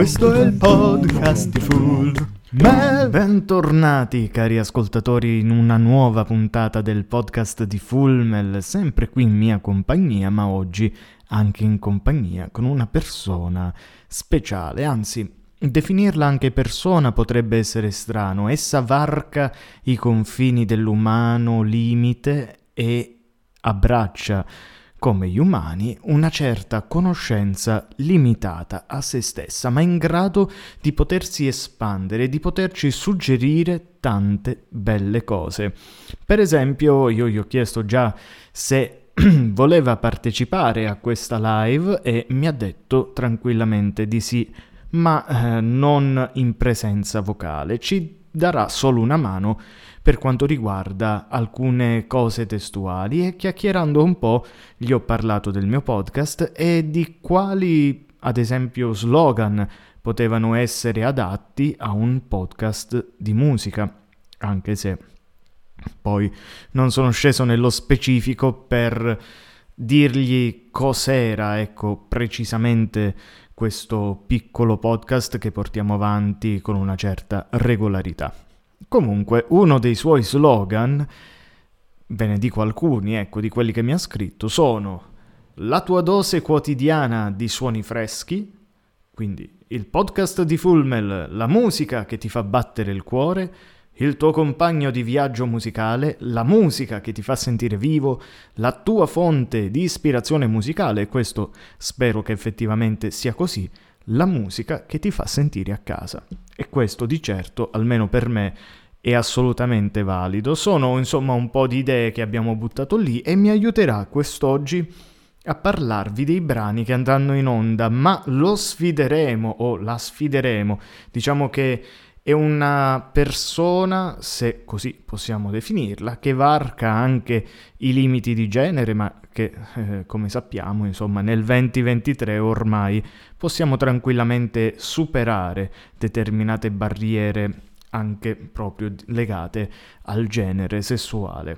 Questo è il podcast di Full Mel. Bentornati cari ascoltatori in una nuova puntata del podcast di Full Mel, sempre qui in mia compagnia, ma oggi anche in compagnia con una persona speciale, anzi definirla anche persona potrebbe essere strano. Essa varca i confini dell'umano limite e abbraccia, come gli umani, una certa conoscenza limitata a se stessa, ma in grado di potersi espandere, di poterci suggerire tante belle cose. Per esempio, io gli ho chiesto già se voleva partecipare a questa live e mi ha detto tranquillamente di sì, ma non in presenza vocale. Ci darà solo una mano per quanto riguarda alcune cose testuali e chiacchierando un po' gli ho parlato del mio podcast e di quali, ad esempio, slogan potevano essere adatti a un podcast di musica, anche se poi non sono sceso nello specifico per dirgli cos'era, ecco, precisamente questo piccolo podcast che portiamo avanti con una certa regolarità. Comunque, uno dei suoi slogan, ve ne dico alcuni, ecco, di quelli che mi ha scritto, sono: la tua dose quotidiana di suoni freschi, quindi il podcast di Full Mel, la musica che ti fa battere il cuore, il tuo compagno di viaggio musicale, la musica che ti fa sentire vivo, la tua fonte di ispirazione musicale, e questo spero che effettivamente sia così, la musica che ti fa sentire a casa. E questo di certo, almeno per me, è assolutamente valido. Sono insomma un po' di idee che abbiamo buttato lì e mi aiuterà quest'oggi a parlarvi dei brani che andranno in onda, ma lo sfideremo o la sfideremo. Diciamo che è una persona, se così possiamo definirla, che varca anche i limiti di genere, ma che, come sappiamo, insomma, nel 2023 ormai possiamo tranquillamente superare determinate barriere anche proprio legate al genere sessuale.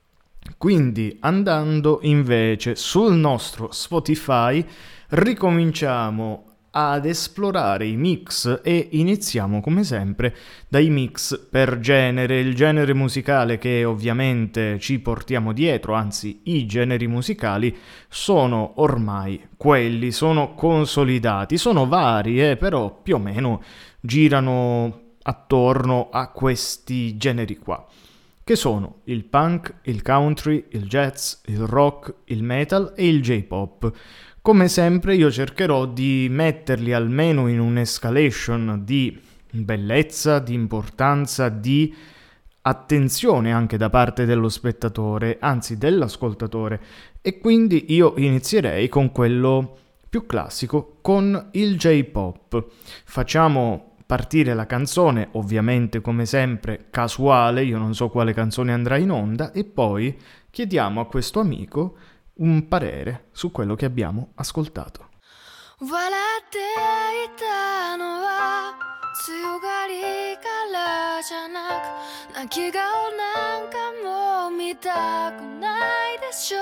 Quindi, andando invece sul nostro Spotify, ricominciamo ad esplorare i mix e iniziamo come sempre dai mix per genere, il genere musicale che ovviamente ci portiamo dietro, anzi i generi musicali sono ormai quelli, sono consolidati, sono vari però più o meno girano attorno a questi generi qua, che sono il punk, il country, il jazz, il rock, il metal e il J-pop. Come sempre io cercherò di metterli almeno in un'escalation di bellezza, di importanza, di attenzione anche da parte dello spettatore, anzi dell'ascoltatore, e quindi io inizierei con quello più classico, con il J-pop. Facciamo partire la canzone, ovviamente come sempre casuale, io non so quale canzone andrà in onda, e poi chiediamo a questo amico un parere su quello che abbiamo ascoltato. 笑っていたのは強がりからじゃなく泣き顔なんかも見たくないでしょ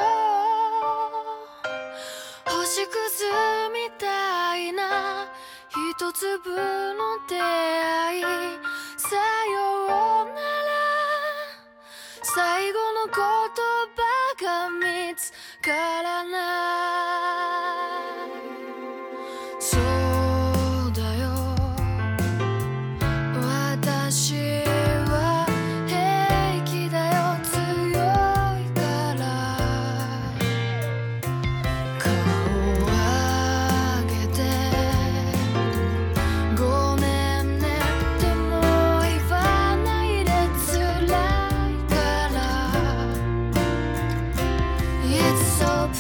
星屑みたいな一粒の出会いさようなら最後の言葉が見つからないそうだよ私は平気だよ強いから顔を上げてごめんねでも言わないで辛いから It's so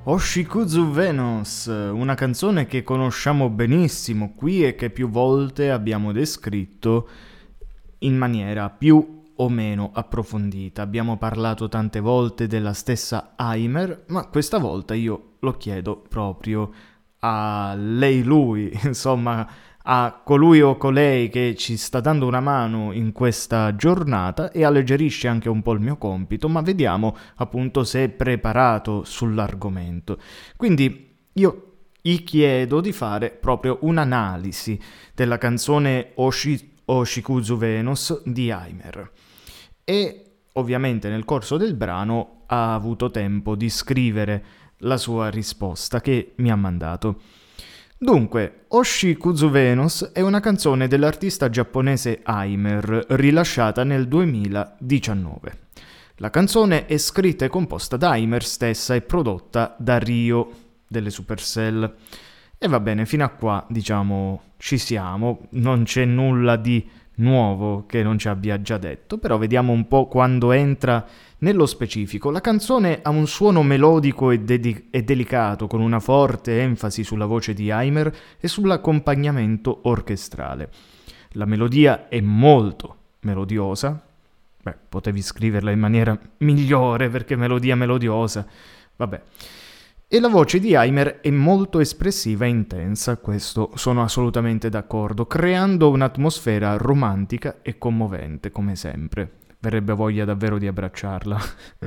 Hoshikuzu Venus, una canzone che conosciamo benissimo qui e che più volte abbiamo descritto in maniera più o meno approfondita. Abbiamo parlato tante volte della stessa Aimer, ma questa volta io lo chiedo proprio a lei, lui, insomma a colui o colei che ci sta dando una mano in questa giornata e alleggerisce anche un po' il mio compito, ma vediamo appunto se è preparato sull'argomento. Quindi io gli chiedo di fare proprio un'analisi della canzone Hoshikuzu Venus di Aimer. E ovviamente nel corso del brano ha avuto tempo di scrivere la sua risposta che mi ha mandato. Dunque, Hoshikuzu Venus è una canzone dell'artista giapponese Aimer, rilasciata nel 2019. La canzone è scritta e composta da Aimer stessa e prodotta da Ryo delle Supercell. E va bene, fino a qua, diciamo, ci siamo, non c'è nulla di nuovo che non ci abbia già detto, però vediamo un po' quando entra nello specifico. La canzone ha un suono melodico e delicato, con una forte enfasi sulla voce di Aimer e sull'accompagnamento orchestrale. La melodia è molto melodiosa. Beh, potevi scriverla in maniera migliore, perché melodia melodiosa. Vabbè. E la voce di Aimer è molto espressiva e intensa, questo sono assolutamente d'accordo, creando un'atmosfera romantica e commovente, come sempre. Verrebbe voglia davvero di abbracciarla.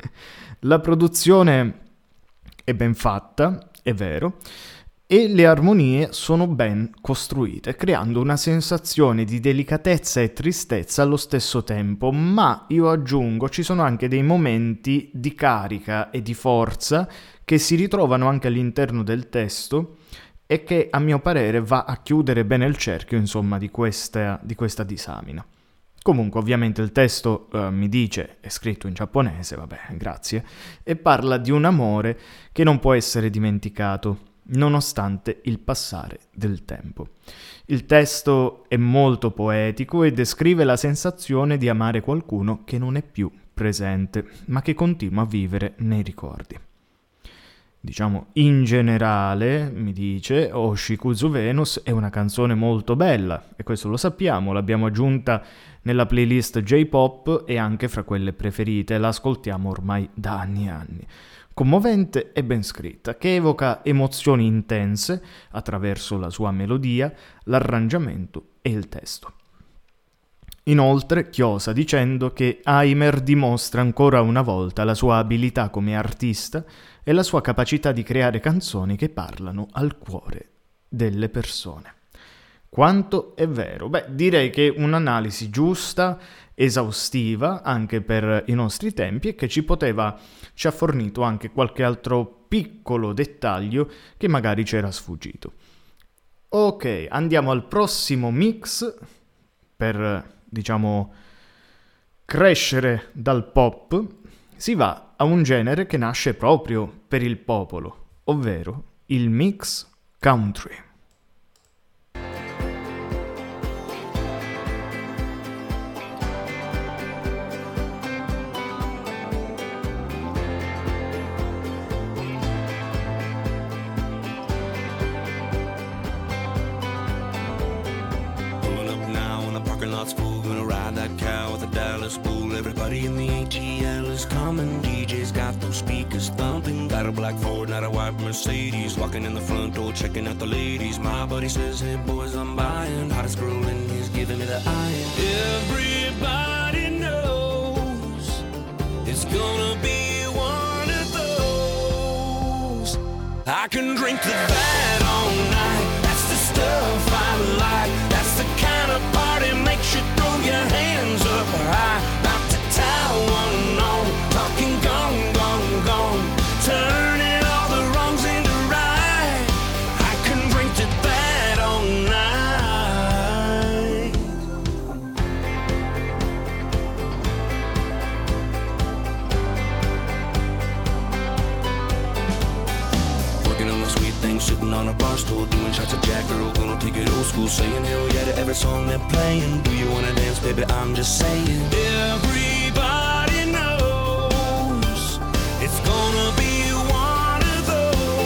La produzione è ben fatta, è vero, e le armonie sono ben costruite, creando una sensazione di delicatezza e tristezza allo stesso tempo, ma io aggiungo ci sono anche dei momenti di carica e di forza che si ritrovano anche all'interno del testo e che a mio parere va a chiudere bene il cerchio, insomma, di questa disamina. Comunque ovviamente il testo mi dice, è scritto in giapponese, vabbè, grazie, e parla di un amore che non può essere dimenticato, nonostante il passare del tempo. Il testo è molto poetico e descrive la sensazione di amare qualcuno che non è più presente, ma che continua a vivere nei ricordi. Diciamo, in generale, mi dice, Hoshikuzu Venus è una canzone molto bella, e questo lo sappiamo, l'abbiamo aggiunta nella playlist J-Pop e anche fra quelle preferite, la ascoltiamo ormai da anni e anni. Commovente e ben scritta, che evoca emozioni intense attraverso la sua melodia, l'arrangiamento e il testo. Inoltre chiosa dicendo che Aimer dimostra ancora una volta la sua abilità come artista e la sua capacità di creare canzoni che parlano al cuore delle persone. Quanto è vero? Beh, direi che un'analisi giusta, esaustiva, anche per i nostri tempi, e che ci ha fornito anche qualche altro piccolo dettaglio che magari c'era sfuggito. Ok, andiamo al prossimo mix per, diciamo, crescere dal pop. Si va a un genere che nasce proprio per il popolo, ovvero il mix country. Everybody in the ATL is coming. DJ's got those speakers thumping. Got a black Ford, not a white Mercedes. Walking in the front door, checking out the ladies. My buddy says, hey boys, I'm buying. Hottest girl in he's giving me the iron. Everybody knows it's gonna be one of those. I can drink the bad all night. That's the stuff I like. That's the kind of party makes you throw your hands up high. One on, talking gone, gone, gone, turning all the wrongs into right. I can drink to that all night. Working on the sweet thing, sitting on a bar stool, doing shots of Jack, girl, gonna take it old school, saying hell yeah to every song they're playing. Do you wanna dance, baby? I'm just saying. Everybody knows it's gonna be one of those.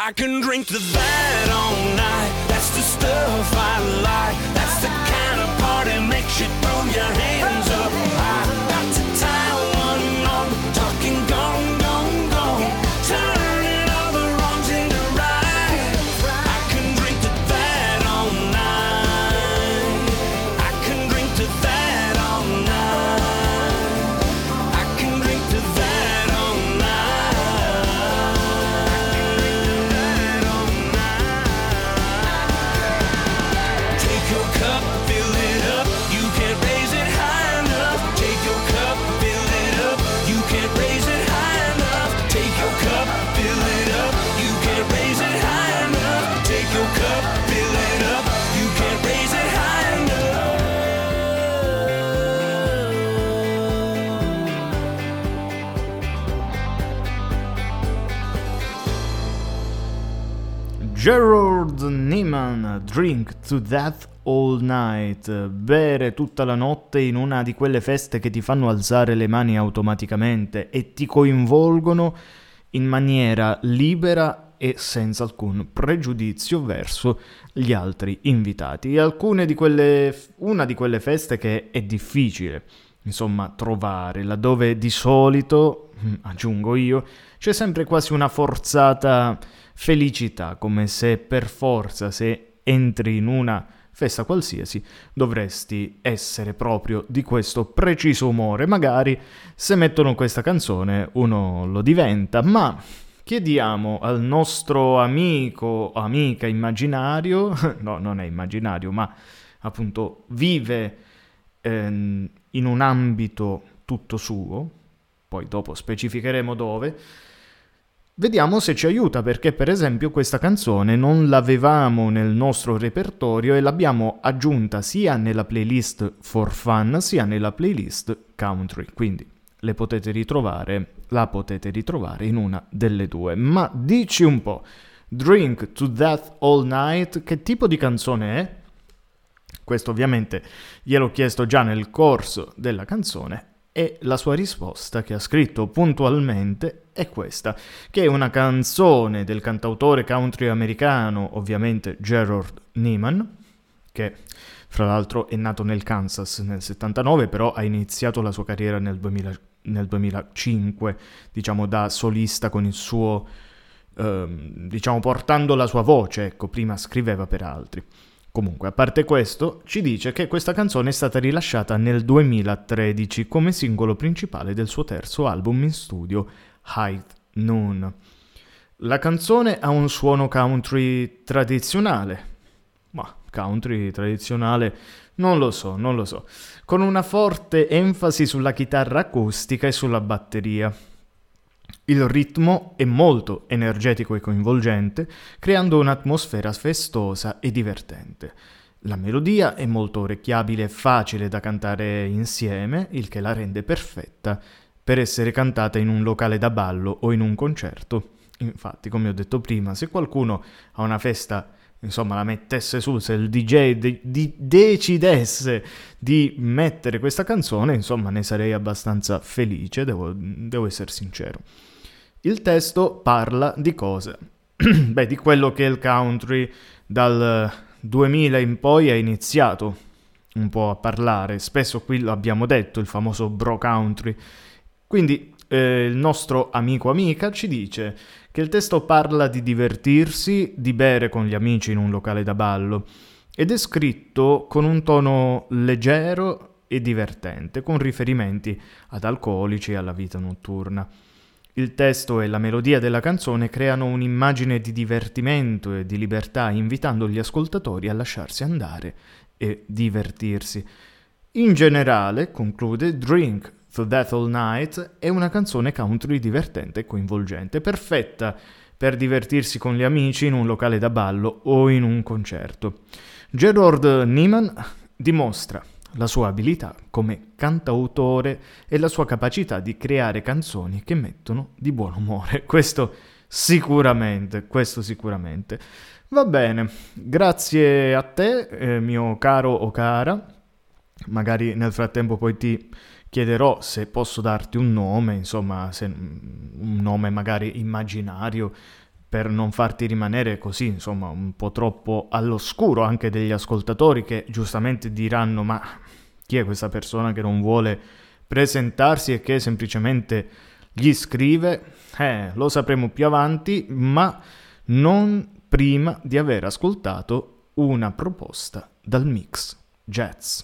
I can drink to that all night. That's the stuff I like. That's the kind of party makes you throw your hands up high. Got to tie one on, talking gone, gone, gone. Turning all the wrongs into right. I can drink to that all night. I can drink to that all night. I can drink to that all night. Take your cup, fill it up. You can't raise it high enough. Take your cup, fill it up. You can't raise it high enough. Take your cup, fill it up. You can't raise it high enough. Take your cup, fill it up. You can't raise it high enough. Gerard Neiman, Drink to Death All Night, bere tutta la notte in una di quelle feste che ti fanno alzare le mani automaticamente e ti coinvolgono in maniera libera e senza alcun pregiudizio verso gli altri invitati. Una di quelle feste che è difficile, insomma, trovare, laddove di solito, aggiungo io, c'è sempre quasi una forzata felicità, come se per forza, se entri in una festa qualsiasi, dovresti essere proprio di questo preciso umore. Magari se mettono questa canzone uno lo diventa, ma chiediamo al nostro amico o amica immaginario, no, non è immaginario, ma appunto vive in un ambito tutto suo, poi dopo specificheremo dove. Vediamo se ci aiuta, perché per esempio questa canzone non l'avevamo nel nostro repertorio e l'abbiamo aggiunta sia nella playlist For Fun sia nella playlist Country, quindi la potete ritrovare in una delle due. Ma dici un po', Drink to Death All Night, che tipo di canzone è? Questo ovviamente gliel'ho chiesto già nel corso della canzone e la sua risposta, che ha scritto puntualmente, è questa, che è una canzone del cantautore country americano, ovviamente Gerard Neiman, che fra l'altro è nato nel Kansas nel 79, però ha iniziato la sua carriera nel 2005, diciamo da solista con il suo, diciamo portando la sua voce, ecco, prima scriveva per altri. Comunque, a parte questo, ci dice che questa canzone è stata rilasciata nel 2013 come singolo principale del suo terzo album in studio, High Noon. La canzone ha un suono country tradizionale, ma country tradizionale non lo so, con una forte enfasi sulla chitarra acustica e sulla batteria. Il ritmo è molto energetico e coinvolgente, creando un'atmosfera festosa e divertente. La melodia è molto orecchiabile e facile da cantare insieme, il che la rende perfetta per essere cantata in un locale da ballo o in un concerto. Infatti, come ho detto prima, se qualcuno a una festa, insomma, la mettesse su, se il DJ decidesse di mettere questa canzone, insomma, ne sarei abbastanza felice, devo essere sincero. Il testo parla di cosa? Beh, di quello che il country dal 2000 in poi ha iniziato un po' a parlare. Spesso qui l'abbiamo detto, il famoso bro country. Quindi il nostro amico amica ci dice che il testo parla di divertirsi, di bere con gli amici in un locale da ballo, ed è scritto con un tono leggero e divertente, con riferimenti ad alcolici e alla vita notturna. Il testo e la melodia della canzone creano un'immagine di divertimento e di libertà, invitando gli ascoltatori a lasciarsi andare e divertirsi. In generale, conclude, Drink to Death All Night è una canzone country divertente e coinvolgente, perfetta per divertirsi con gli amici in un locale da ballo o in un concerto. Gerard Neiman dimostra la sua abilità come cantautore e la sua capacità di creare canzoni che mettono di buon umore. Questo sicuramente. Va bene, grazie a te, mio caro o cara. Magari nel frattempo poi ti chiederò se posso darti un nome, insomma, un nome magari immaginario per non farti rimanere così, insomma, un po' troppo all'oscuro anche degli ascoltatori che giustamente diranno: ma chi è questa persona che non vuole presentarsi e che semplicemente gli scrive? Lo sapremo più avanti, ma non prima di aver ascoltato una proposta dal mix jazz.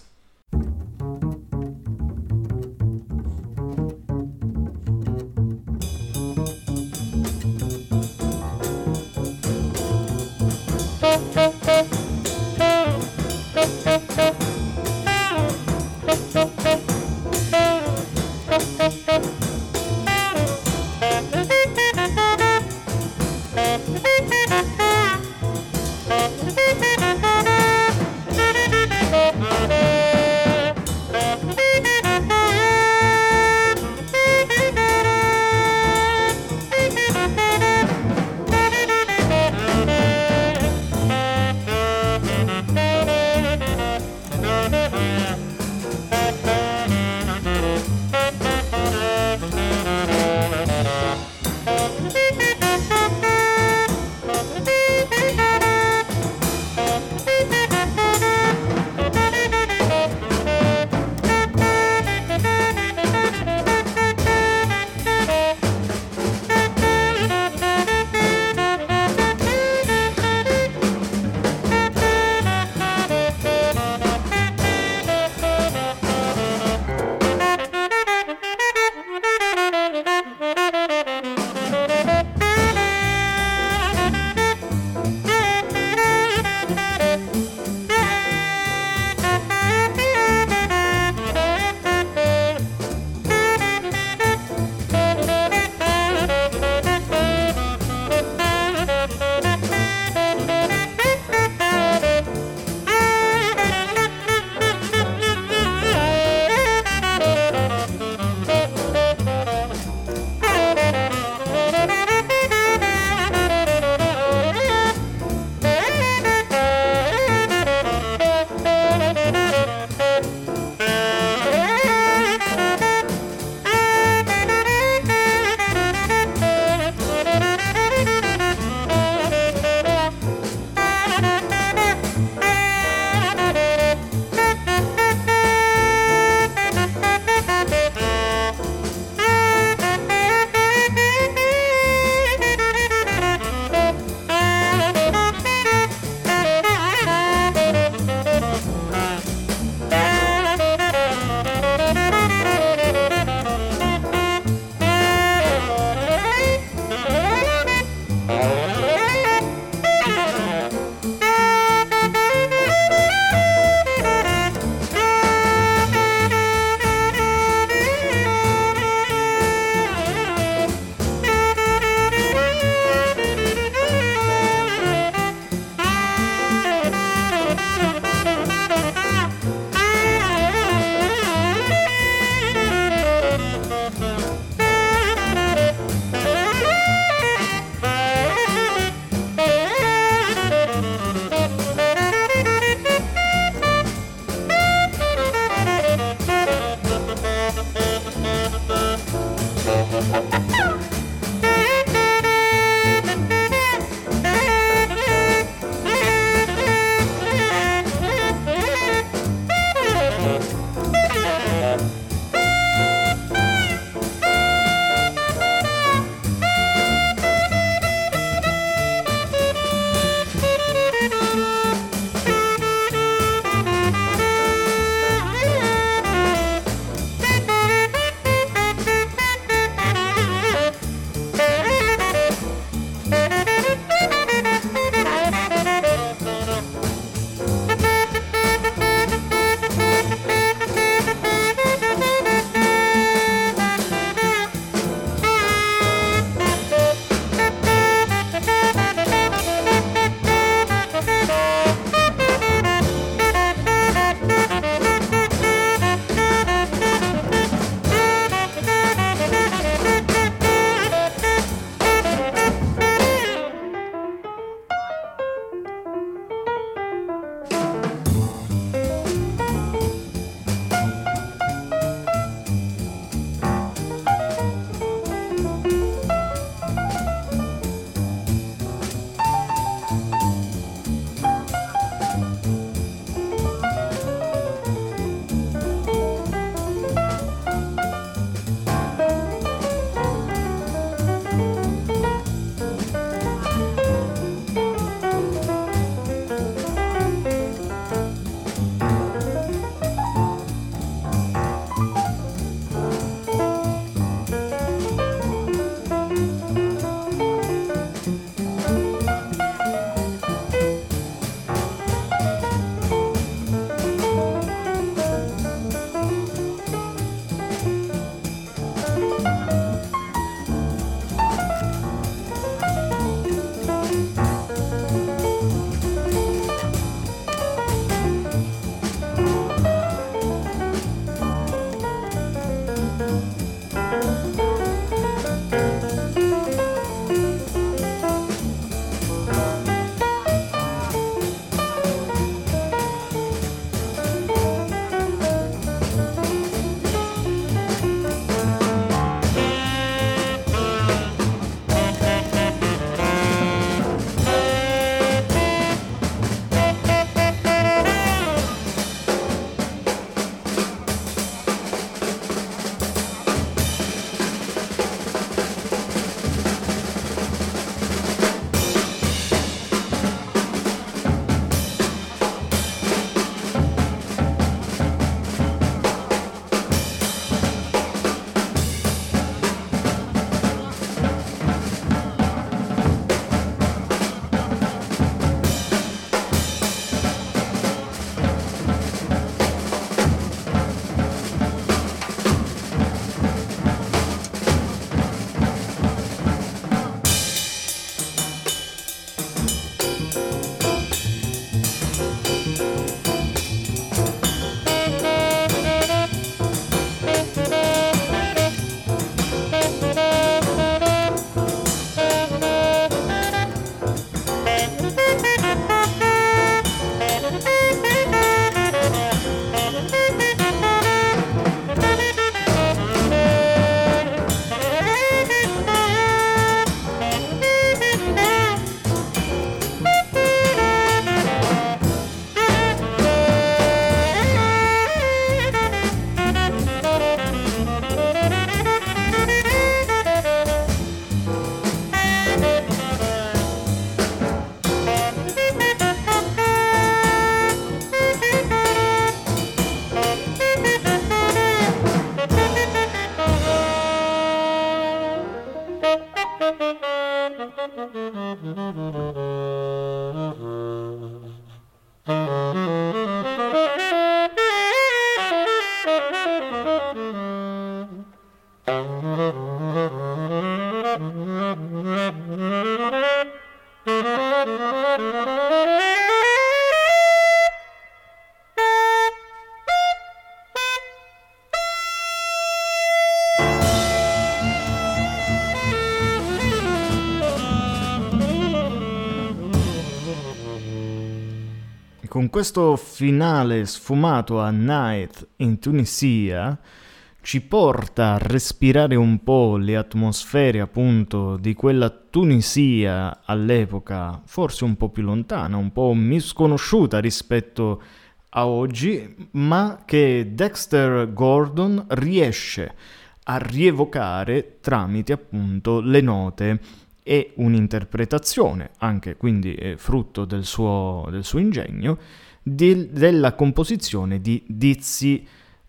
Con questo finale sfumato a Night in Tunisia ci porta a respirare un po' le atmosfere appunto di quella Tunisia all'epoca forse un po' più lontana, un po' misconosciuta rispetto a oggi, ma che Dexter Gordon riesce a rievocare tramite appunto le note e un'interpretazione, anche quindi frutto del suo ingegno, della composizione di Dizzy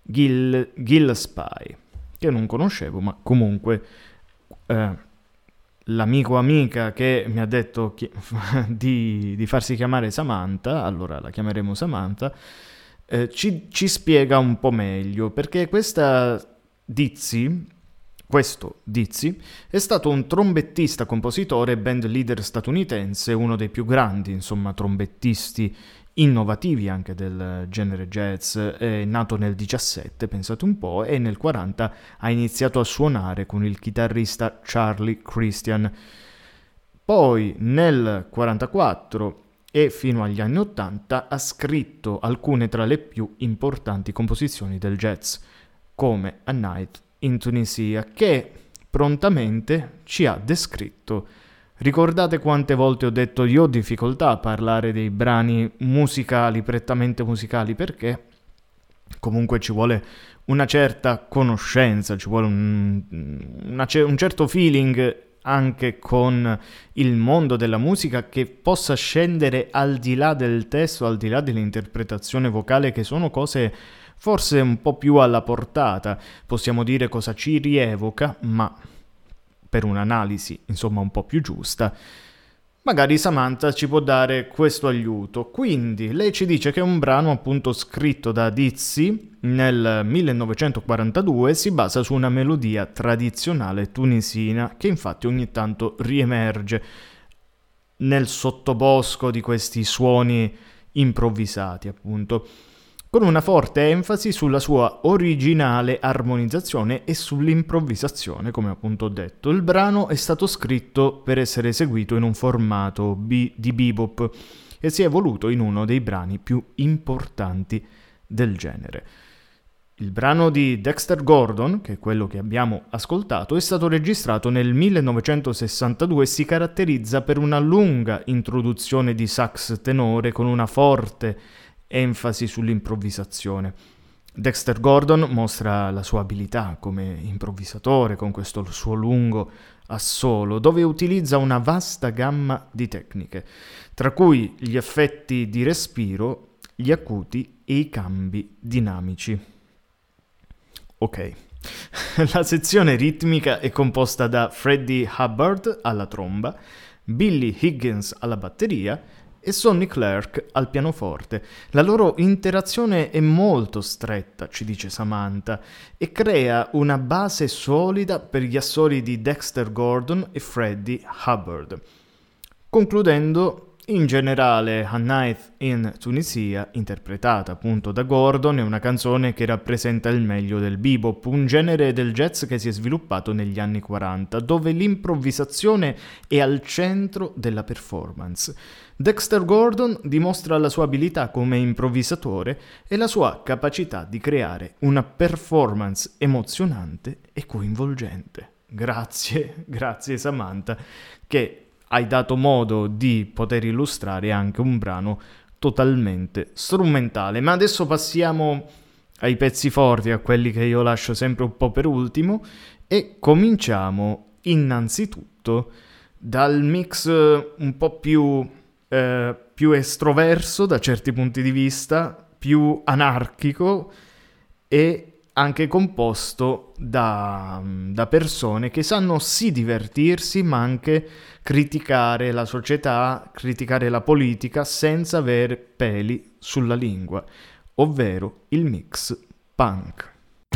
Gillespie, che non conoscevo, ma comunque l'amico o amica che mi ha detto di farsi chiamare Samantha, allora la chiameremo Samantha, ci spiega un po' meglio, perché questo Dizzy è stato un trombettista, compositore e band leader statunitense, uno dei più grandi, insomma, trombettisti innovativi anche del genere jazz. È nato nel 17, pensate un po', e nel 40 ha iniziato a suonare con il chitarrista Charlie Christian. Poi nel 44 e fino agli anni 80 ha scritto alcune tra le più importanti composizioni del jazz, come A Night in Tunisia, che prontamente ci ha descritto. Ricordate quante volte ho detto io ho difficoltà a parlare dei brani musicali, prettamente musicali, perché comunque ci vuole una certa conoscenza, ci vuole un certo feeling anche con il mondo della musica che possa scendere al di là del testo, al di là dell'interpretazione vocale, che sono cose forse un po' più alla portata. Possiamo dire cosa ci rievoca, ma per un'analisi insomma un po' più giusta, magari Samantha ci può dare questo aiuto. Quindi lei ci dice che è un brano appunto scritto da Dizzy nel 1942, si basa su una melodia tradizionale tunisina che infatti ogni tanto riemerge nel sottobosco di questi suoni improvvisati, appunto, con una forte enfasi sulla sua originale armonizzazione e sull'improvvisazione, come appunto ho detto. Il brano è stato scritto per essere eseguito in un formato di bebop e si è evoluto in uno dei brani più importanti del genere. Il brano di Dexter Gordon, che è quello che abbiamo ascoltato, è stato registrato nel 1962 e si caratterizza per una lunga introduzione di sax tenore con una forte enfasi sull'improvvisazione. Dexter Gordon mostra la sua abilità come improvvisatore con questo suo lungo assolo, dove utilizza una vasta gamma di tecniche, tra cui gli effetti di respiro, gli acuti e i cambi dinamici. Ok. La sezione ritmica è composta da Freddie Hubbard alla tromba, Billy Higgins alla batteria e Sonny Clark al pianoforte. La loro interazione è molto stretta, ci dice Samantha, e crea una base solida per gli assoli di Dexter Gordon e Freddie Hubbard. Concludendo, In generale, A Night in Tunisia, interpretata appunto da Gordon, è una canzone che rappresenta il meglio del bebop, un genere del jazz che si è sviluppato negli anni 40, dove l'improvvisazione è al centro della performance. Dexter Gordon dimostra la sua abilità come improvvisatore e la sua capacità di creare una performance emozionante e coinvolgente. Grazie Samantha, che hai dato modo di poter illustrare anche un brano totalmente strumentale. Ma adesso passiamo ai pezzi forti, a quelli che io lascio sempre un po' per ultimo, e cominciamo innanzitutto dal mix un po' più estroverso da certi punti di vista, più anarchico e anche composto da persone che sanno sì divertirsi, ma anche criticare la società, criticare la politica senza avere peli sulla lingua, ovvero il mix punk.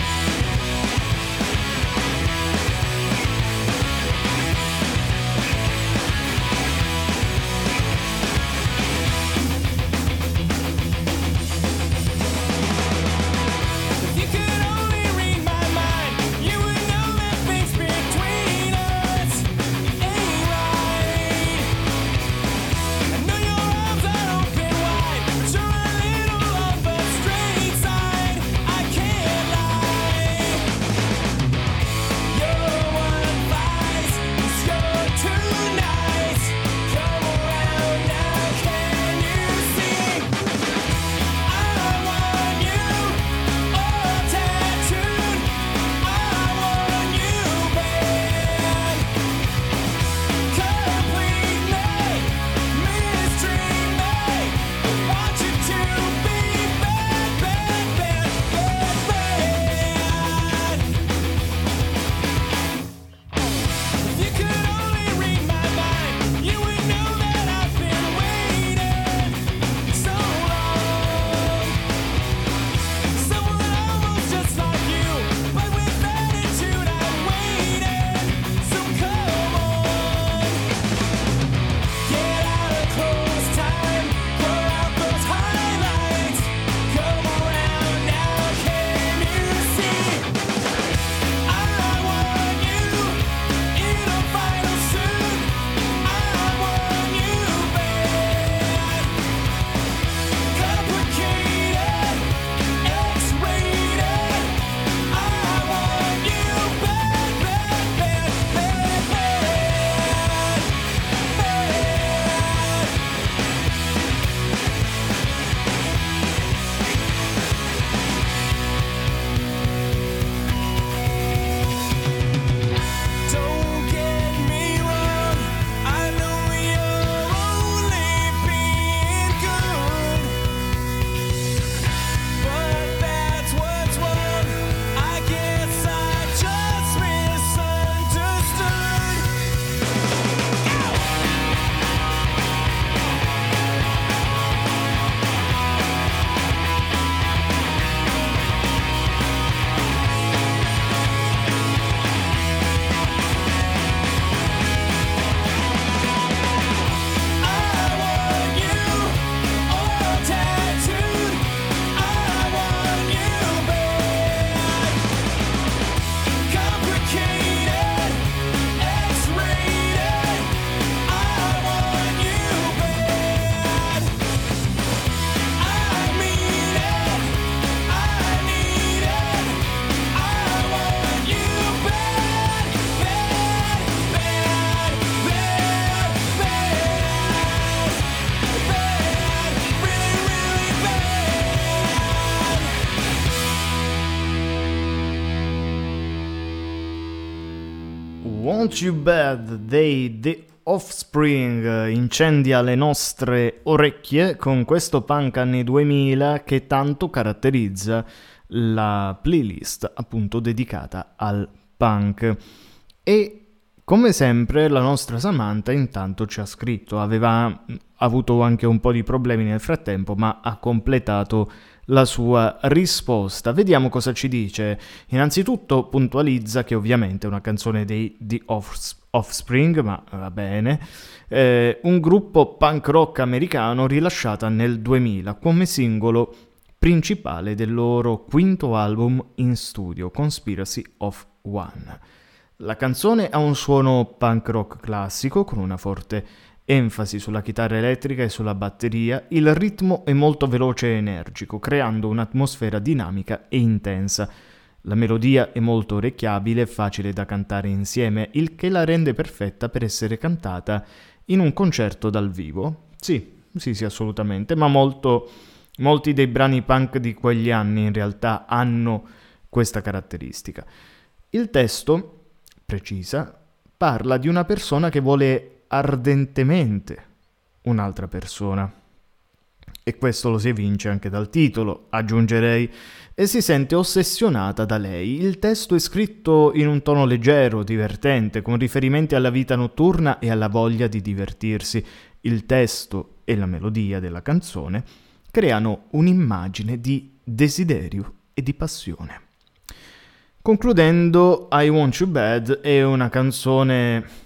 Want You Bad dei The Offspring incendia le nostre orecchie con questo punk anni 2000 che tanto caratterizza la playlist appunto dedicata al punk. E come sempre la nostra Samantha intanto ci ha scritto, aveva avuto anche un po' di problemi nel frattempo, ma ha completato la sua risposta. Vediamo cosa ci dice. Innanzitutto puntualizza che ovviamente è una canzone dei The Offspring, ma va bene, un gruppo punk rock americano rilasciata nel 2000 come singolo principale del loro quinto album in studio, Conspiracy of One. La canzone ha un suono punk rock classico con una forte enfasi sulla chitarra elettrica e sulla batteria. Il ritmo è molto veloce e energico, creando un'atmosfera dinamica e intensa. La melodia è molto orecchiabile e facile da cantare insieme, il che la rende perfetta per essere cantata in un concerto dal vivo. Sì, assolutamente, ma molti dei brani punk di quegli anni in realtà hanno questa caratteristica. Il testo, precisa, parla di una persona che vuole ardentemente un'altra persona. E questo lo si evince anche dal titolo, aggiungerei, e si sente ossessionata da lei. Il testo è scritto in un tono leggero, divertente, con riferimenti alla vita notturna e alla voglia di divertirsi. Il testo e la melodia della canzone creano un'immagine di desiderio e di passione. Concludendo, I Want You Bad è una canzone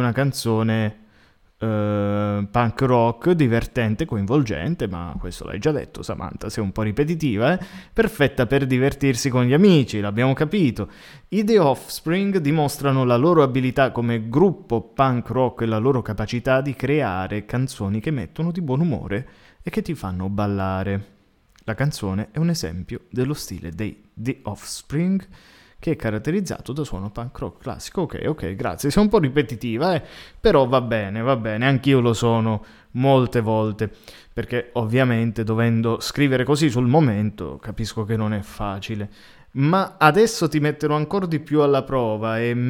punk rock divertente, coinvolgente, ma questo l'hai già detto, Samantha, sei un po' ripetitiva, perfetta per divertirsi con gli amici, l'abbiamo capito. I The Offspring dimostrano la loro abilità come gruppo punk rock e la loro capacità di creare canzoni che mettono di buon umore e che ti fanno ballare. La canzone è un esempio dello stile dei The Offspring, che è caratterizzato da suono punk rock classico. Ok, grazie, sei un po' ripetitiva, però va bene, anch'io lo sono molte volte, perché ovviamente dovendo scrivere così sul momento capisco che non è facile, ma adesso ti metterò ancora di più alla prova e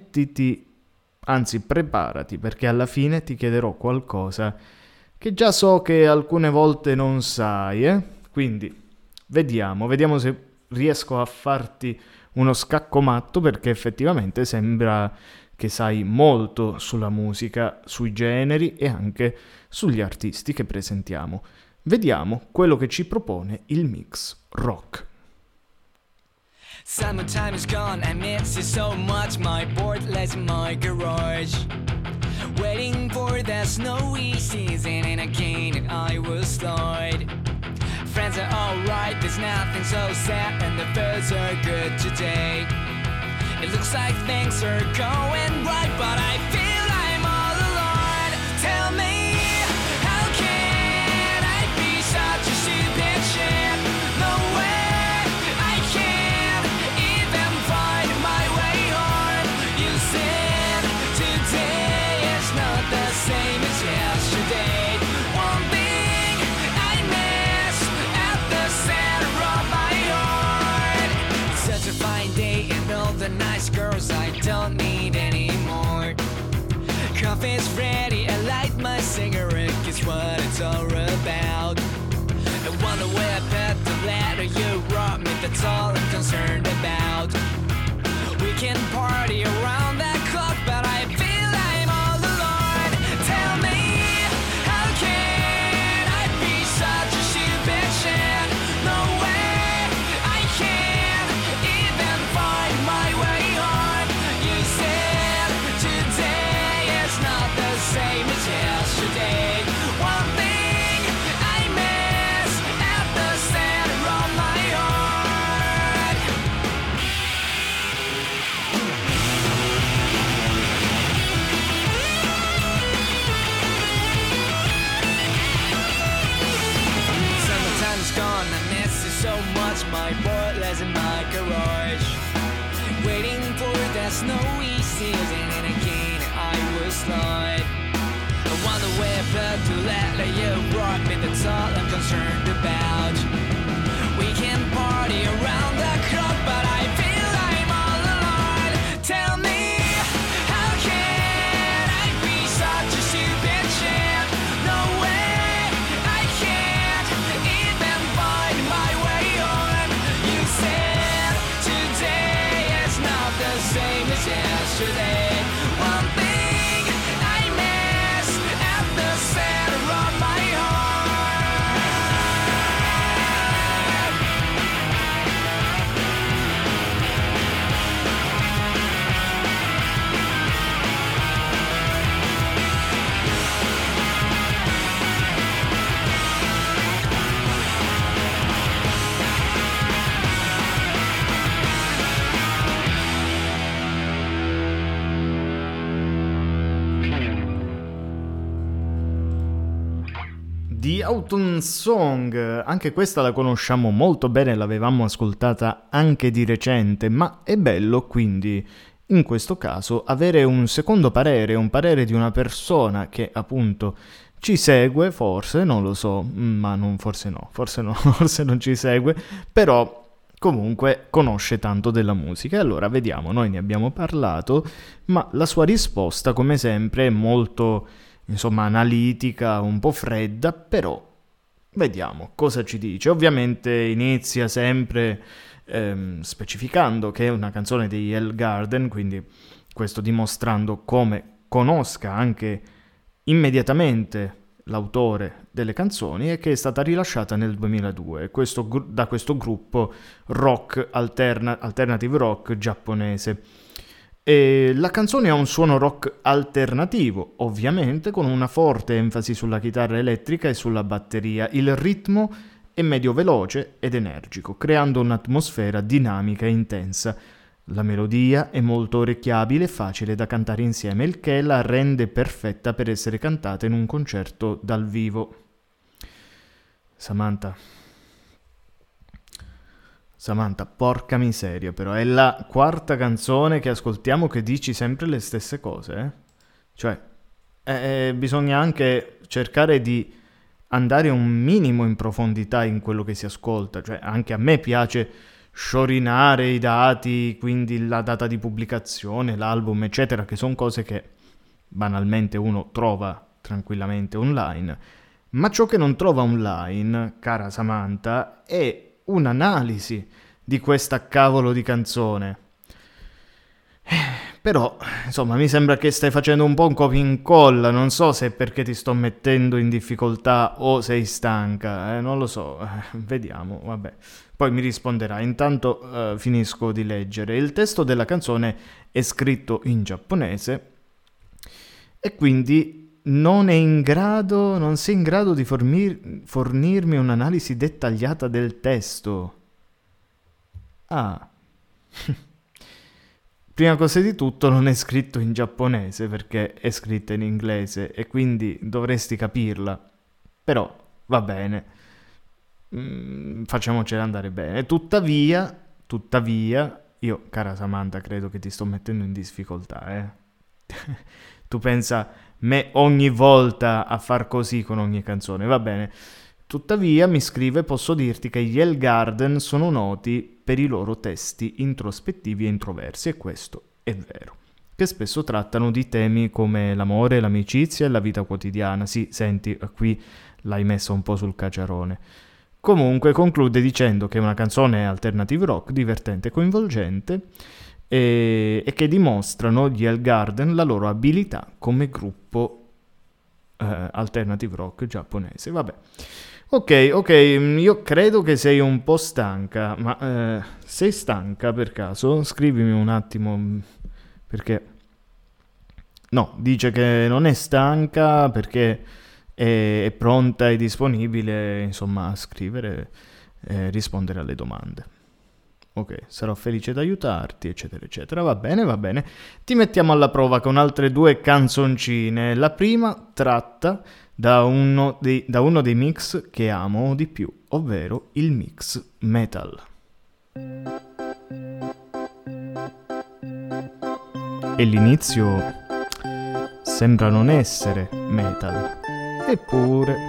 preparati, perché alla fine ti chiederò qualcosa che già so che alcune volte non sai, quindi vediamo se riesco a farti uno scacco matto, perché effettivamente sembra che sai molto sulla musica, sui generi e anche sugli artisti che presentiamo. Vediamo quello che ci propone il mix rock. Summertime is gone, I miss you so much. My board lies in my garage, waiting for the snowy season, and again I will slide. Friends are alright, there's nothing so sad, and the birds are good today. It looks like things are going right, but I feel I'm all alone. Tell me, how can I be such a stupid shit? No way, I can't even find my way home. You said today is not the same as yesterday. One thing I miss at the center of my heart. It's such a fine day and all the nice girls I don't need anymore. Coffee's ready, I light my cigarette, guess what it's all about. I wonder where I put the letter you wrote me, that's all I'm concerned about. We can party around the clock, but I feel I'm all alone. Tell me, how can I be such a stupid shit? No way, I can't even find my way home. You said today is not the same as yesterday. One thing I miss at the center of my heart. Summertime's gone, I miss you so much. My board lies in my garage, waiting for the snowy season, and again I will slide. I wonder where I put the letter you brought me, that's all I'm concerned about. We can party around the clock, but I feel I'm all alone. Tell me, how can I be such a stupid shit? No way, I can't even find my way home. You said today is not the same as yesterday. One thing I miss at the center of my heart. Autumn Song, anche questa la conosciamo molto bene, l'avevamo ascoltata anche di recente, ma è bello quindi in questo caso avere un secondo parere, un parere di una persona che appunto ci segue, forse, non lo so, ma forse non ci segue, però comunque conosce tanto della musica. E allora vediamo, noi ne abbiamo parlato, ma la sua risposta come sempre è molto, insomma, analitica, un po' fredda, però vediamo cosa ci dice. Ovviamente inizia sempre specificando che è una canzone degli Ellegarden, quindi questo dimostrando come conosca anche immediatamente l'autore delle canzoni e che è stata rilasciata nel 2002 da questo gruppo rock alternative rock giapponese. E la canzone ha un suono rock alternativo, ovviamente con una forte enfasi sulla chitarra elettrica e sulla batteria. Il ritmo è medio veloce ed energico, creando un'atmosfera dinamica e intensa. La melodia è molto orecchiabile e facile da cantare insieme, il che la rende perfetta per essere cantata in un concerto dal vivo. Samantha, porca miseria, però è la quarta canzone che ascoltiamo che dici sempre le stesse cose, eh? Cioè, bisogna anche cercare di andare un minimo in profondità in quello che si ascolta. Cioè, anche a me piace sciorinare i dati, quindi la data di pubblicazione, l'album, eccetera, che sono cose che banalmente uno trova tranquillamente online. Ma ciò che non trova online, cara Samantha, è un'analisi di questa cavolo di canzone. Però, insomma, mi sembra che stai facendo un po' un copia e incolla, non so se è perché ti sto mettendo in difficoltà o sei stanca, non lo so, vediamo, vabbè. Poi mi risponderà, intanto finisco di leggere. Il testo della canzone è scritto in giapponese e quindi non sei in grado di fornirmi un'analisi dettagliata del testo. Ah. Prima cosa di tutto non è scritto in giapponese perché è scritta in inglese e quindi dovresti capirla. Però va bene, facciamocela andare bene. Tuttavia, io, cara Samantha, credo che ti sto mettendo in difficoltà, Tu pensa me ogni volta a far così con ogni canzone, va bene. Tuttavia, mi scrive, posso dirti che gli Ellegarden sono noti per i loro testi introspettivi e introversi, e questo è vero, che spesso trattano di temi come l'amore, l'amicizia e la vita quotidiana. Sì, senti, qui l'hai messa un po' sul caciarone. Comunque conclude dicendo che è una canzone alternative rock divertente e coinvolgente e che dimostrano gli Ellegarden la loro abilità come gruppo alternative rock giapponese. Vabbè. Ok, io credo che sei un po' stanca, ma sei stanca per caso? Scrivimi un attimo, perché... No, dice che non è stanca perché è pronta e disponibile, insomma, a scrivere e rispondere alle domande. Ok, sarò felice d'aiutarti, eccetera, eccetera. Va bene. Ti mettiamo alla prova con altre 2 canzoncine. La prima tratta da uno dei mix che amo di più, ovvero il mix metal. E l'inizio sembra non essere metal, eppure...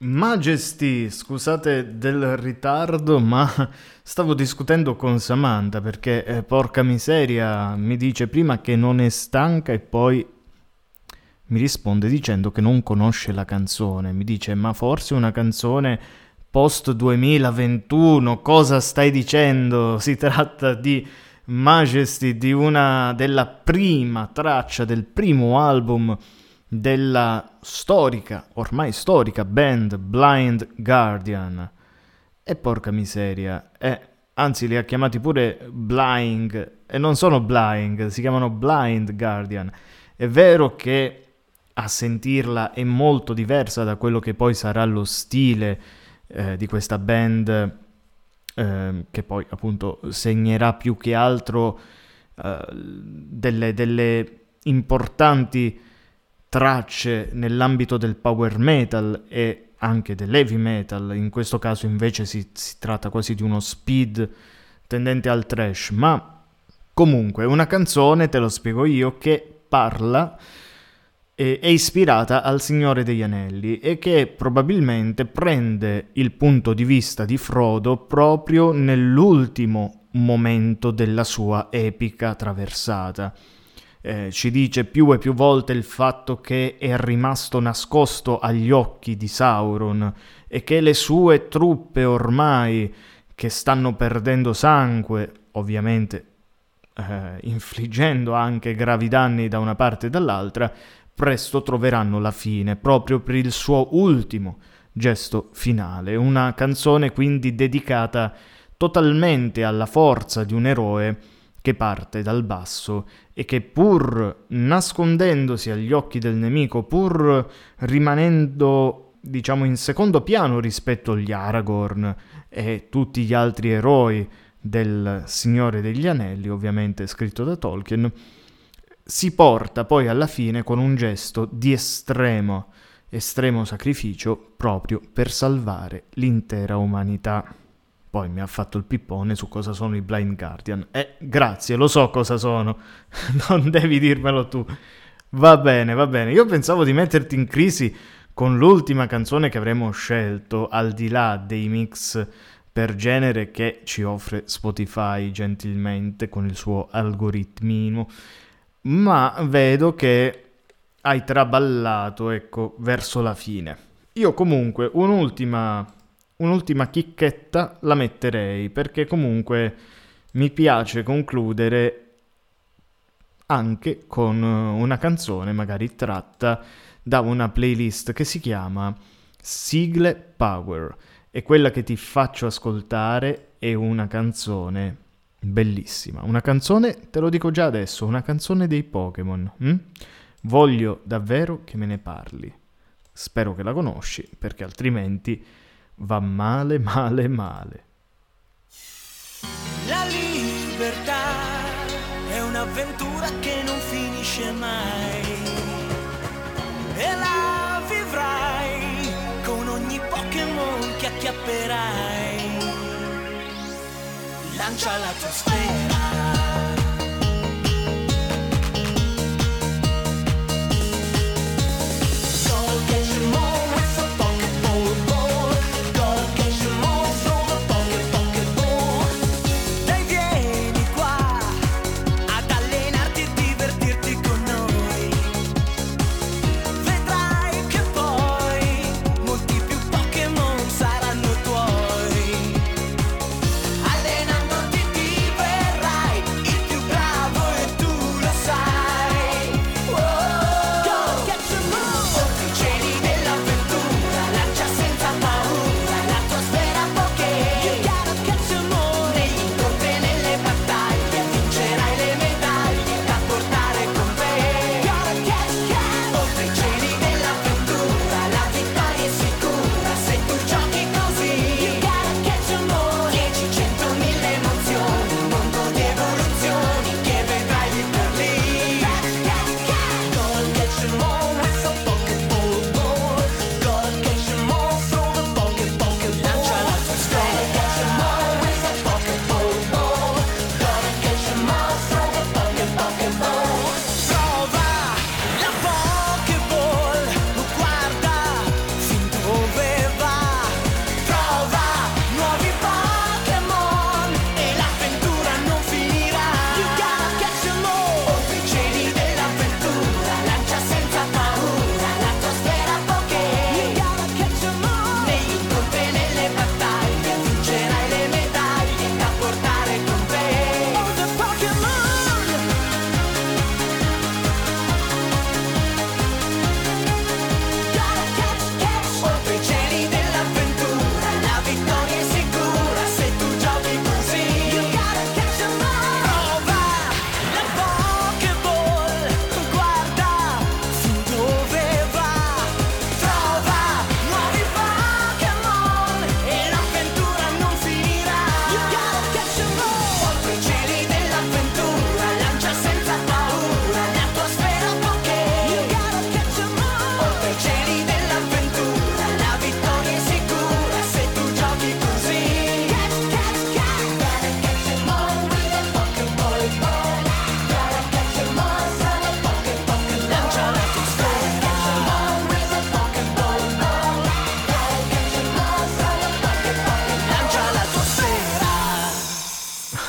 Majesty, scusate del ritardo, ma stavo discutendo con Samantha perché, porca miseria, mi dice prima che non è stanca e poi mi risponde dicendo che non conosce la canzone. Mi dice, ma forse una canzone post 2021, cosa stai dicendo? Si tratta di Majesty, della prima traccia del primo album della ormai storica band Blind Guardian. E porca miseria, anzi li ha chiamati pure Blind, e non sono Blind, si chiamano Blind Guardian. È vero che a sentirla è molto diversa da quello che poi sarà lo stile di questa band, che poi appunto segnerà più che altro delle importanti tracce nell'ambito del power metal e anche dell'heavy metal. In questo caso invece si tratta quasi di uno speed tendente al thrash, ma comunque una canzone, te lo spiego io, che parla, è ispirata al Signore degli Anelli e che probabilmente prende il punto di vista di Frodo proprio nell'ultimo momento della sua epica traversata. Ci dice più e più volte il fatto che è rimasto nascosto agli occhi di Sauron e che le sue truppe ormai, che stanno perdendo sangue, ovviamente infliggendo anche gravi danni da una parte e dall'altra, presto troveranno la fine, proprio per il suo ultimo gesto finale. Una canzone quindi dedicata totalmente alla forza di un eroe che parte dal basso e che, pur nascondendosi agli occhi del nemico, pur rimanendo, diciamo, in secondo piano rispetto agli Aragorn e tutti gli altri eroi del Signore degli Anelli, ovviamente scritto da Tolkien, si porta poi alla fine con un gesto di estremo sacrificio proprio per salvare l'intera umanità. Poi mi ha fatto il pippone su cosa sono i Blind Guardian. Grazie, lo so cosa sono. Non devi dirmelo tu. Va bene. Io pensavo di metterti in crisi con l'ultima canzone che avremmo scelto, al di là dei mix per genere che ci offre Spotify gentilmente con il suo algoritmino. Ma vedo che hai traballato, ecco, verso la fine. Io comunque un'ultima chicchetta la metterei, perché comunque mi piace concludere anche con una canzone magari tratta da una playlist che si chiama Sigle Power, e quella che ti faccio ascoltare è una canzone bellissima, una canzone, te lo dico già adesso, una canzone dei Pokémon. Voglio davvero che me ne parli. Spero che la conosci, perché altrimenti va male. La libertà è un'avventura che non finisce mai e la vivrai con ogni Pokémon che acchiapperai. Lancia la tua sfera. Allenandoti diverrai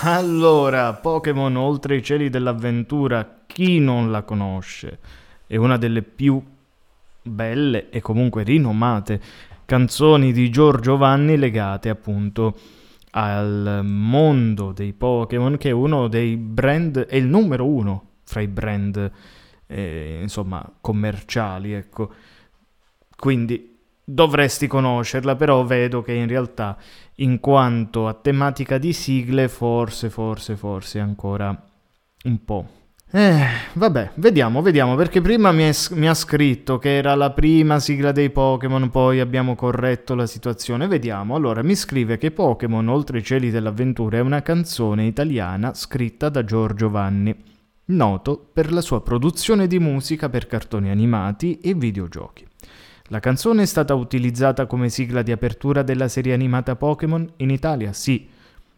Allora, Pokémon Oltre i cieli dell'avventura, chi non la conosce? È una delle più belle e comunque rinomate canzoni di Giorgio Vanni legate appunto al mondo dei Pokémon, che è uno dei brand, è il numero uno fra i brand insomma commerciali, ecco. Quindi dovresti conoscerla, però vedo che in realtà in quanto a tematica di sigle forse ancora un po'. Vabbè, vediamo, perché prima mi ha scritto che era la prima sigla dei Pokémon, poi abbiamo corretto la situazione, vediamo. Allora, mi scrive che Pokémon Oltre i cieli dell'avventura è una canzone italiana scritta da Giorgio Vanni, noto per la sua produzione di musica per cartoni animati e videogiochi. La canzone è stata utilizzata come sigla di apertura della serie animata Pokémon in Italia? Sì.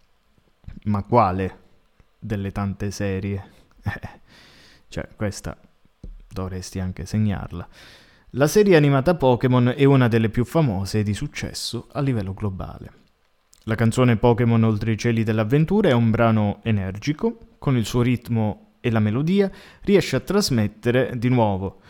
Ma quale delle tante serie? Cioè, questa dovresti anche segnarla. La serie animata Pokémon è una delle più famose e di successo a livello globale. La canzone Pokémon Oltre i cieli dell'avventura è un brano energico, con il suo ritmo e la melodia riesce a trasmettere di nuovo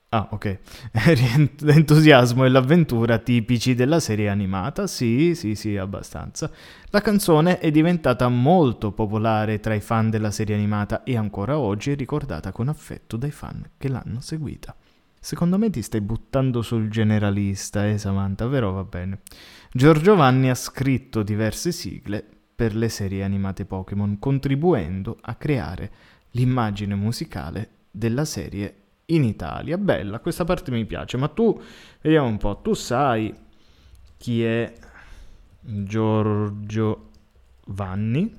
l'entusiasmo e l'avventura tipici della serie animata. Sì, abbastanza. La canzone è diventata molto popolare tra i fan della serie animata e ancora oggi è ricordata con affetto dai fan che l'hanno seguita. Secondo me ti stai buttando sul generalista, Samantha, però va bene. Giorgio Vanni ha scritto diverse sigle per le serie animate Pokémon, contribuendo a creare l'immagine musicale della serie in Italia. Bella, questa parte mi piace, ma tu, vediamo un po', tu sai chi è Giorgio Vanni?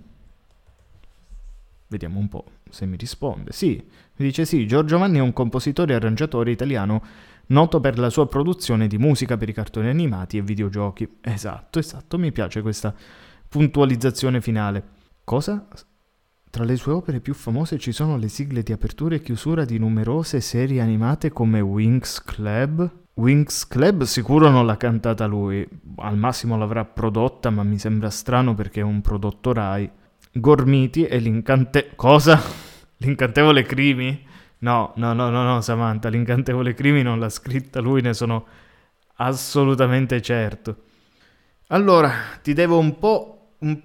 Vediamo un po' se mi risponde. Sì, mi dice sì, Giorgio Vanni è un compositore e arrangiatore italiano noto per la sua produzione di musica per i cartoni animati e videogiochi. Esatto, mi piace questa puntualizzazione finale. Cosa? Tra le sue opere più famose ci sono le sigle di apertura e chiusura di numerose serie animate come Winx Club. Winx Club sicuro non l'ha cantata lui, al massimo l'avrà prodotta, ma mi sembra strano perché è un prodotto Rai. Gormiti e Cosa? L'Incantevole Crimi? No, Samantha, l'Incantevole Crimi non l'ha scritta lui, ne sono assolutamente certo. Allora, ti devo un po'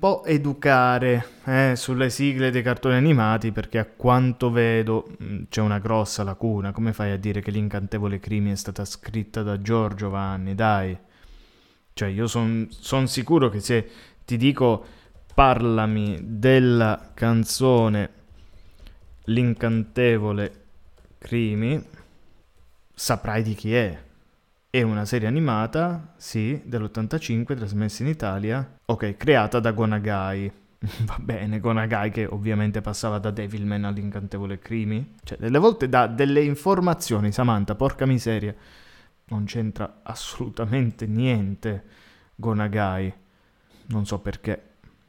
educare sulle sigle dei cartoni animati, perché a quanto vedo c'è una grossa lacuna. Come fai a dire che l'Incantevole Crimi è stata scritta da Giorgio Vanni? Dai, cioè io son sicuro che se ti dico parlami della canzone L'Incantevole Crimi saprai di chi è. È una serie animata, sì, dell'85, trasmessa in Italia. Ok, creata da Go Nagai. Va bene, Go Nagai, che ovviamente passava da Devilman all'Incantevole Crimi. Cioè, delle volte dà delle informazioni, Samantha, porca miseria. Non c'entra assolutamente niente Go Nagai. Non so perché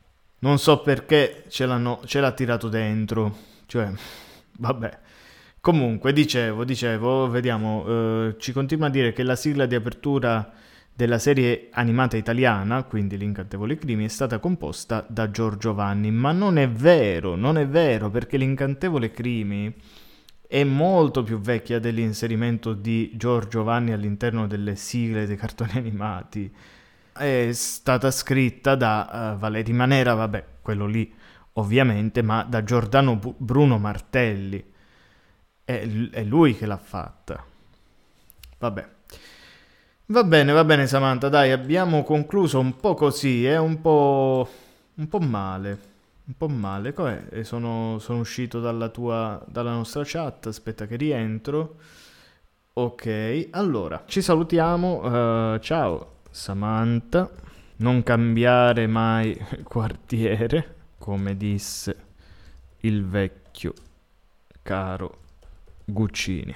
ce l'ha tirato dentro. Cioè, vabbè. Comunque, dicevo, vediamo, ci continua a dire che la sigla di apertura della serie animata italiana, quindi L'Incantevole Crimi, è stata composta da Giorgio Vanni, ma non è vero, perché L'Incantevole Crimi è molto più vecchia dell'inserimento di Giorgio Vanni all'interno delle sigle dei cartoni animati. È stata scritta da Valeri Manera, vabbè, quello lì ovviamente, ma da Giordano Bruno Martelli. È lui che l'ha fatta. Vabbè. Va bene Samantha, dai, abbiamo concluso un po' così, un po' male. Com'è? Sono uscito dalla nostra chat, aspetta che rientro. Ok, allora, ci salutiamo, ciao Samantha, non cambiare mai quartiere, come disse il vecchio caro Guccini.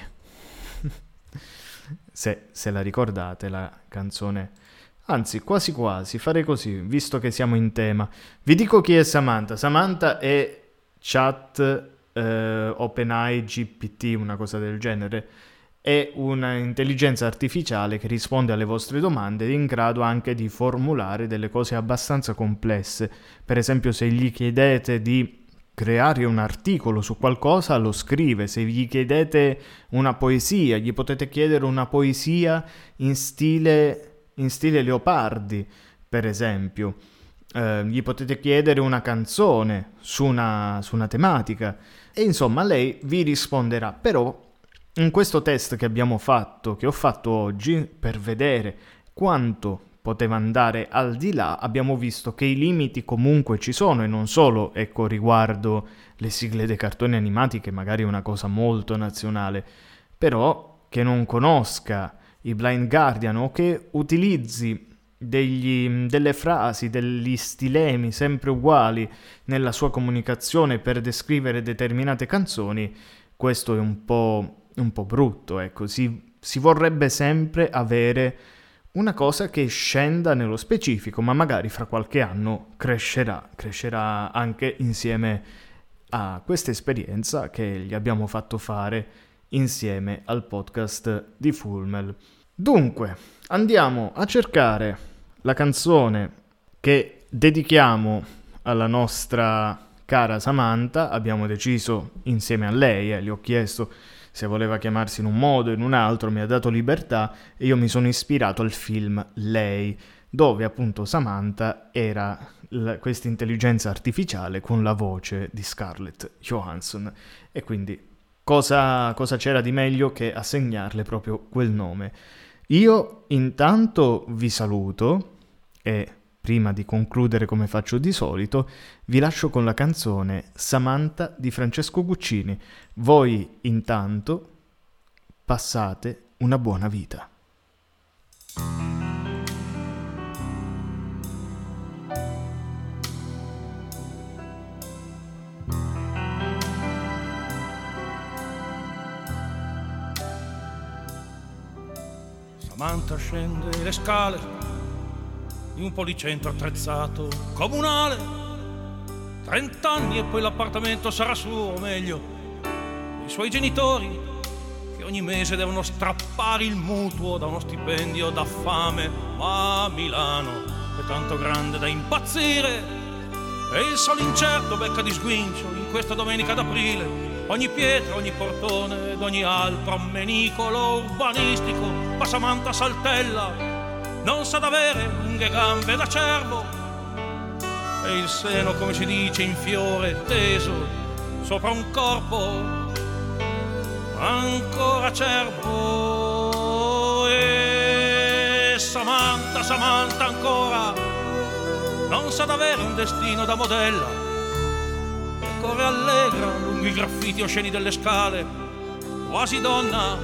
Se la ricordate la canzone, anzi quasi farei così, visto che siamo in tema, vi dico chi è Samantha. Samantha è chat OpenAI GPT, una cosa del genere, è una intelligenza artificiale che risponde alle vostre domande, in grado anche di formulare delle cose abbastanza complesse. Per esempio, se gli chiedete di creare un articolo su qualcosa, lo scrive. Se gli chiedete una poesia, gli potete chiedere una poesia in stile Leopardi, per esempio. Gli potete chiedere una canzone su una tematica e insomma lei vi risponderà. Però in questo test che ho fatto oggi, per vedere quanto poteva andare al di là, abbiamo visto che i limiti comunque ci sono, e non solo, riguardo le sigle dei cartoni animati, che magari è una cosa molto nazionale, però che non conosca i Blind Guardian o che utilizzi delle frasi, degli stilemi sempre uguali nella sua comunicazione per descrivere determinate canzoni, questo è un po' brutto, ecco. Si vorrebbe sempre avere una cosa che scenda nello specifico, ma magari fra qualche anno crescerà anche insieme a questa esperienza che gli abbiamo fatto fare insieme al podcast di Fulmel. Dunque, andiamo a cercare la canzone che dedichiamo alla nostra cara Samantha. Abbiamo deciso insieme a lei, le ho chiesto se voleva chiamarsi in un modo o in un altro, mi ha dato libertà e io mi sono ispirato al film Lei, dove appunto Samantha era questa intelligenza artificiale con la voce di Scarlett Johansson, e quindi cosa c'era di meglio che assegnarle proprio quel nome. Io intanto vi saluto e prima di concludere come faccio di solito, vi lascio con la canzone Samantha di Francesco Guccini. Voi intanto passate una buona vita. Samantha scende le scale di un policentro attrezzato comunale. 30 anni e poi l'appartamento sarà suo, o meglio, i suoi genitori, che ogni mese devono strappare il mutuo da uno stipendio da fame. Ma Milano è tanto grande da impazzire, e il sole incerto becca di sguincio in questa domenica d'aprile. Ogni pietra, ogni portone ed ogni altro ammenicolo urbanistico, ma Samantha saltella, non sa d'avere lunghe gambe da cervo, e il seno, come si dice, in fiore teso sopra un corpo ancora acerbo. E Samantha ancora non sa d'avere un destino da modella, e corre allegra lungo i graffiti osceni delle scale, quasi donna,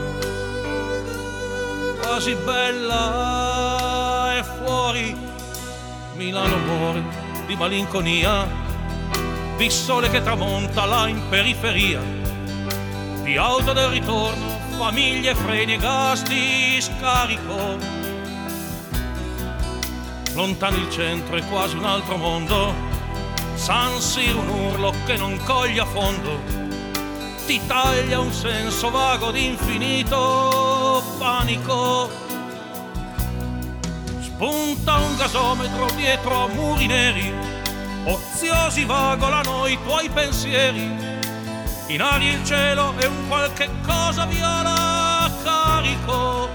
quasi bella. E fuori Milano muore di malinconia, di sole che tramonta là in periferia, di auto del ritorno, famiglie, freni e gas di scarico. Lontano il centro è quasi un altro mondo, San Siro un urlo che non coglie a fondo, ti taglia un senso vago di infinito panico. Spunta un gasometro dietro a muri neri, oziosi vagolano i tuoi pensieri, in aria il cielo è un qualche cosa viola carico.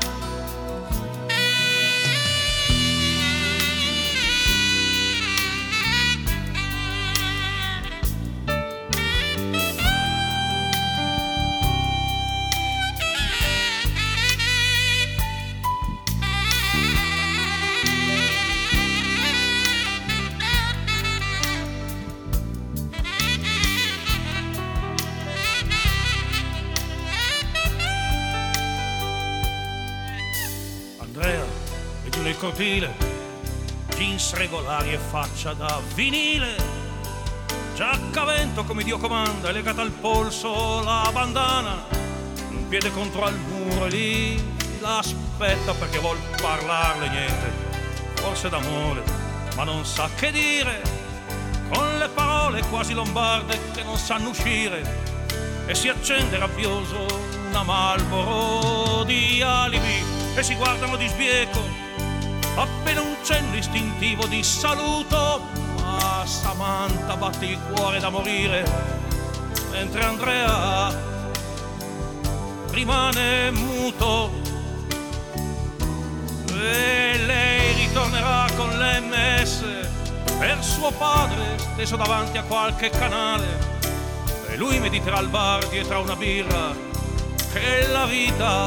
Nel cortile, jeans regolari e faccia da vinile, giacca a vento come Dio comanda e legata al polso la bandana, un piede contro al muro e lì l'aspetta perché vuol parlarle niente, forse d'amore ma non sa che dire, con le parole quasi lombarde che non sanno uscire, e si accende rabbioso una Marlboro di alibi e si guardano di sbieco, appena un cenno istintivo di saluto, ma Samantha batte il cuore da morire, mentre Andrea rimane muto. E lei ritornerà con l'MS per suo padre, steso davanti a qualche canale, e lui mediterà al bar dietro a una birra che la vita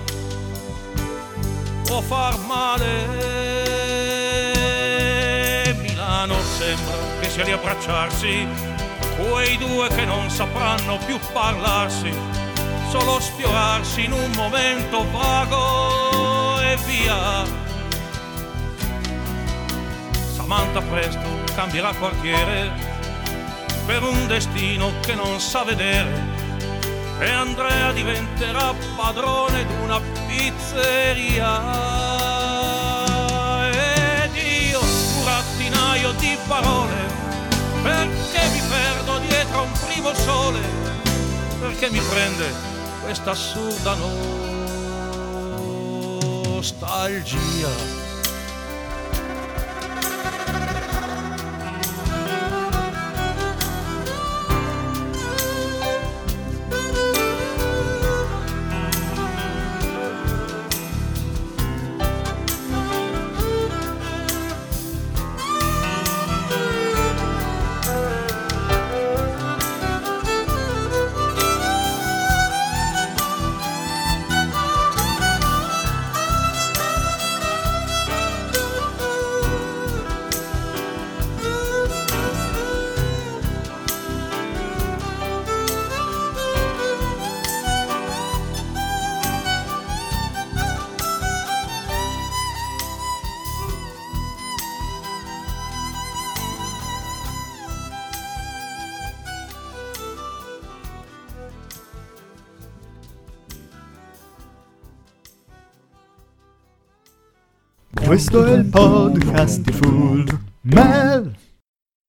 può far male. Milano sembra che sia lì a abbracciarsi, quei due che non sapranno più parlarsi, solo sfiorarsi in un momento vago e via. Samantha presto cambierà quartiere per un destino che non sa vedere, e Andrea diventerà padrone d'una pizzeria. Ed io, burattinaio di parole, perché mi perdo dietro a un primo sole, perché mi prende questa assurda nostalgia. Questo è il podcast di Full Mel.